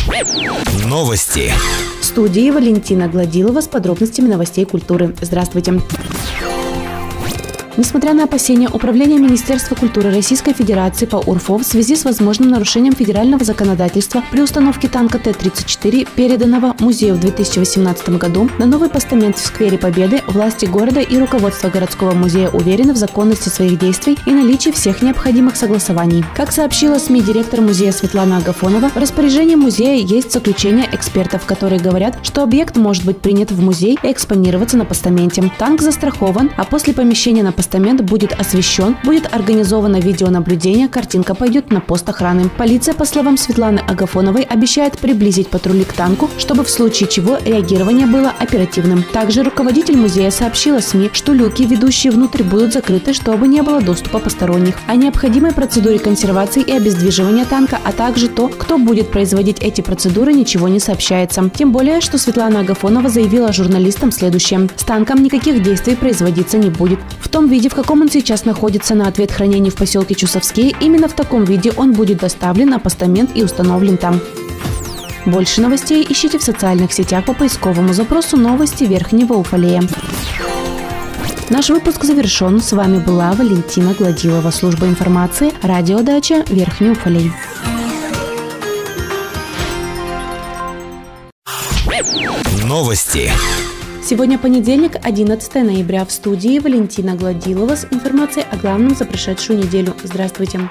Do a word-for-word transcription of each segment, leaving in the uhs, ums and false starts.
Новости. В студии Валентина Гладилова с подробностями новостей культуры. Здравствуйте. Несмотря на опасения Управления Министерства культуры Российской Федерации по УРФО в связи с возможным нарушением федерального законодательства при установке танка Т тридцать четыре, переданного музею в две тысячи восемнадцатом году, на новый постамент в сквере Победы, власти города и руководство городского музея уверены в законности своих действий и наличии всех необходимых согласований. Как сообщила СМИ директор музея Светлана Агафонова, в распоряжении музея есть заключение экспертов, которые говорят, что объект может быть принят в музей и экспонироваться на постаменте. Танк застрахован, а после помещения на постамент Постамент будет освещен, будет организовано видеонаблюдение, картинка пойдет на пост охраны. Полиция, по словам Светланы Агафоновой, обещает приблизить патрули к танку, чтобы в случае чего реагирование было оперативным. Также руководитель музея сообщила СМИ, что люки, ведущие внутрь, будут закрыты, чтобы не было доступа посторонних. О необходимой процедуре консервации и обездвиживания танка, а также то, кто будет производить эти процедуры, ничего не сообщается. Тем более, что Светлана Агафонова заявила журналистам следующее: с танком никаких действий производиться не будет. В том виде, в каком он сейчас находится на ответ хранения в поселке Чусовские, именно в таком виде он будет доставлен на постамент и установлен там. Больше новостей ищите в социальных сетях по поисковому запросу «Новости Верхнего Уфалея». Наш выпуск завершен. С вами была Валентина Гладилова, служба информации, радиодача Верхний Уфалей. Новости. Сегодня понедельник, одиннадцатое ноября. В студии Валентина Гладилова с информацией о главном за прошедшую неделю. Здравствуйте.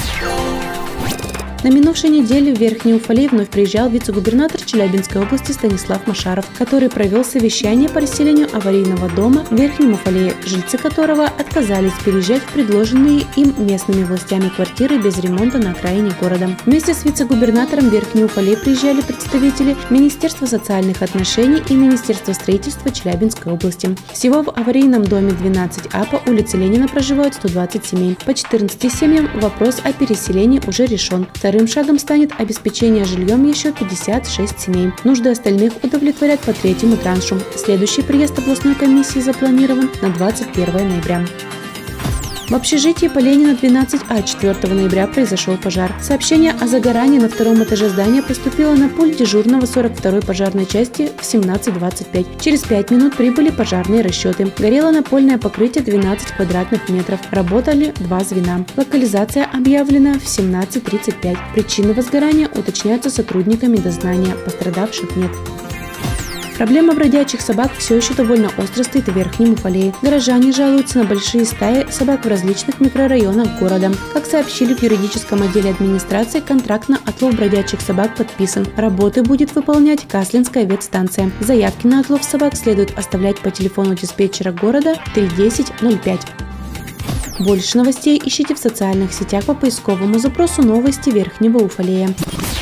На минувшей неделе в Верхний Уфалей вновь приезжал вице-губернатор Челябинской области Станислав Машаров, который провел совещание по расселению аварийного дома в Верхнем Уфалее, жильцы которого отказались переезжать в предложенные им местными властями квартиры без ремонта на окраине города. Вместе с вице-губернатором в Верхний Уфалей приезжали представители Министерства социальных отношений и Министерства строительства Челябинской области. Всего в аварийном доме двенадцать А по улице Ленина проживают сто двадцать семей. По четырнадцати семьям вопрос о переселении уже решен. Вторым шагом станет обеспечение жильем еще пятьдесят шесть семей. Нужды остальных удовлетворят по третьему траншу. Следующий приезд областной комиссии запланирован на двадцать первое ноября. В общежитии по Ленина двенадцать А четвёртого ноября произошел пожар. Сообщение о загорании на втором этаже здания поступило на пульт дежурного сорок второй пожарной части в семнадцать двадцать пять. Через пять минут прибыли пожарные расчеты. Горело напольное покрытие двенадцать квадратных метров. Работали два звена. Локализация объявлена в семнадцать тридцать пять. Причины возгорания уточняются сотрудниками дознания. Пострадавших нет. Проблема бродячих собак все еще довольно остро стоит в Верхнем Уфалее. Горожане жалуются на большие стаи собак в различных микрорайонах города. Как сообщили в юридическом отделе администрации, контракт на отлов бродячих собак подписан. Работы будет выполнять Каслинская ветстанция. Заявки на отлов собак следует оставлять по телефону диспетчера города три десять ноль пять. Больше новостей ищите в социальных сетях по поисковому запросу «Новости Верхнего Уфалея».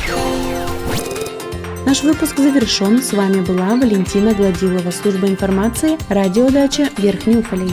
Наш выпуск завершен. С вами была Валентина Гладилова, служба информации, радиодача Верхний Уфалей.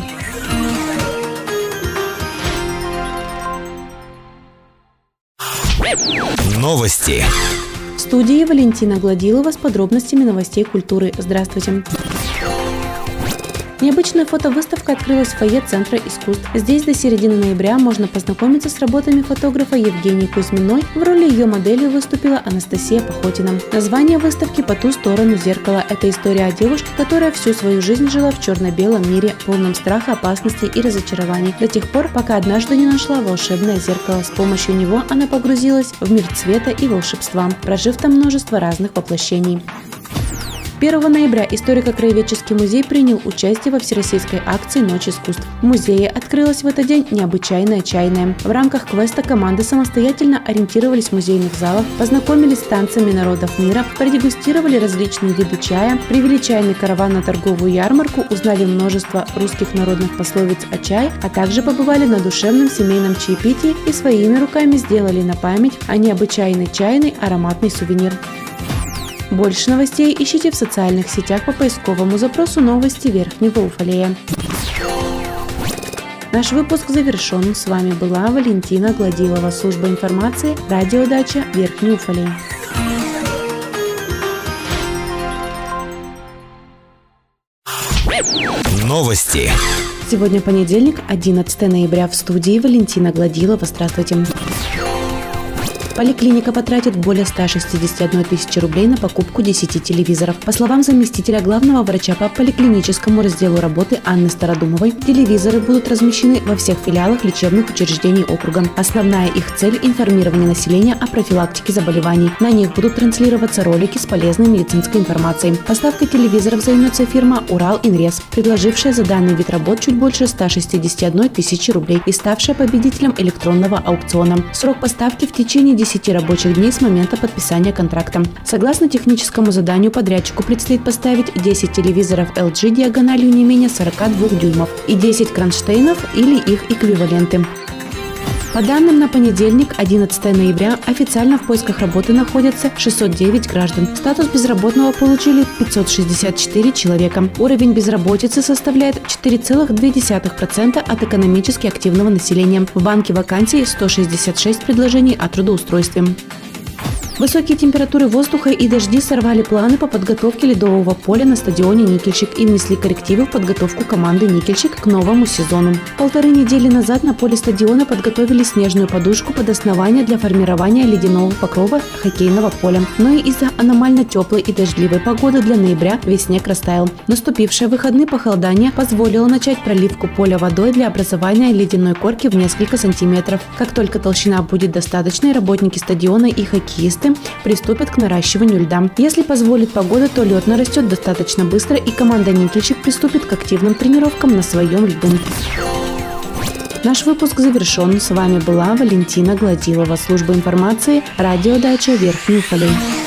Новости. В студии Валентина Гладилова с подробностями новостей культуры. Здравствуйте. Необычная фотовыставка открылась в фойе Центра искусств. Здесь до середины ноября можно познакомиться с работами фотографа Евгении Кузьминой. В роли ее модели выступила Анастасия Пахотина. Название выставки «По ту сторону зеркала». Это история о девушке, которая всю свою жизнь жила в черно-белом мире, полном страха, опасности и разочарований, до тех пор, пока однажды не нашла волшебное зеркало. С помощью него она погрузилась в мир цвета и волшебства, прожив там множество разных воплощений. первого ноября историко-краеведческий музей принял участие во всероссийской акции «Ночь искусств». В музее открылась в этот день необычайная чайная. В рамках квеста команды самостоятельно ориентировались в музейных залах, познакомились с танцами народов мира, продегустировали различные виды чая, привели чайный караван на торговую ярмарку, узнали множество русских народных пословиц о чае, а также побывали на душевном семейном чаепитии и своими руками сделали на память о необычайной чайной ароматный сувенир. Больше новостей ищите в социальных сетях по поисковому запросу «Новости Верхнего Уфалея». Наш выпуск завершен. С вами была Валентина Гладилова, служба информации, радиодача Верхний Уфалей. Новости. Сегодня понедельник, одиннадцатое ноября. В студии Валентина Гладилова. Здравствуйте. Поликлиника потратит более ста шестидесяти одной тысячи рублей на покупку десяти телевизоров. По словам заместителя главного врача по поликлиническому разделу работы Анны Стародумовой, телевизоры будут размещены во всех филиалах лечебных учреждений округа. Основная их цель – информирование населения о профилактике заболеваний. На них будут транслироваться ролики с полезной медицинской информацией. Поставкой телевизоров займется фирма «Урал-Инрез», предложившая за данный вид работ чуть больше ста шестидесяти одной тысячи рублей и ставшая победителем электронного аукциона. Срок поставки в течение десяти рабочих дней с момента подписания контракта. Согласно техническому заданию, подрядчику предстоит поставить десять телевизоров эл джи диагональю не менее сорока двух дюймов и десять кронштейнов или их эквиваленты. По данным на понедельник, одиннадцатое ноября, официально в поисках работы находятся шестьсот девять граждан. Статус безработного получили пятьсот шестьдесят четыре человека. Уровень безработицы составляет четыре целых две десятых процента от экономически активного населения. В банке вакансий сто шестьдесят шесть предложений о трудоустройстве. Высокие температуры воздуха и дожди сорвали планы по подготовке ледового поля на стадионе «Никельщик» и внесли коррективы в подготовку команды «Никельщик» к новому сезону. Полторы недели назад на поле стадиона подготовили снежную подушку под основание для формирования ледяного покрова хоккейного поля. Но и из-за аномально теплой и дождливой погоды для ноября весь снег растаял. Наступившее в выходные похолодание позволило начать проливку поля водой для образования ледяной корки в несколько сантиметров. Как только толщина будет достаточной, работники стадиона и хоккеисты приступят к наращиванию льда. Если позволит погода, то лед нарастет достаточно быстро, и команда «Никельщик» приступит к активным тренировкам на своем льду. Наш выпуск завершен. С вами была Валентина Гладилова, служба информации, радиодача Верхний Уфалей.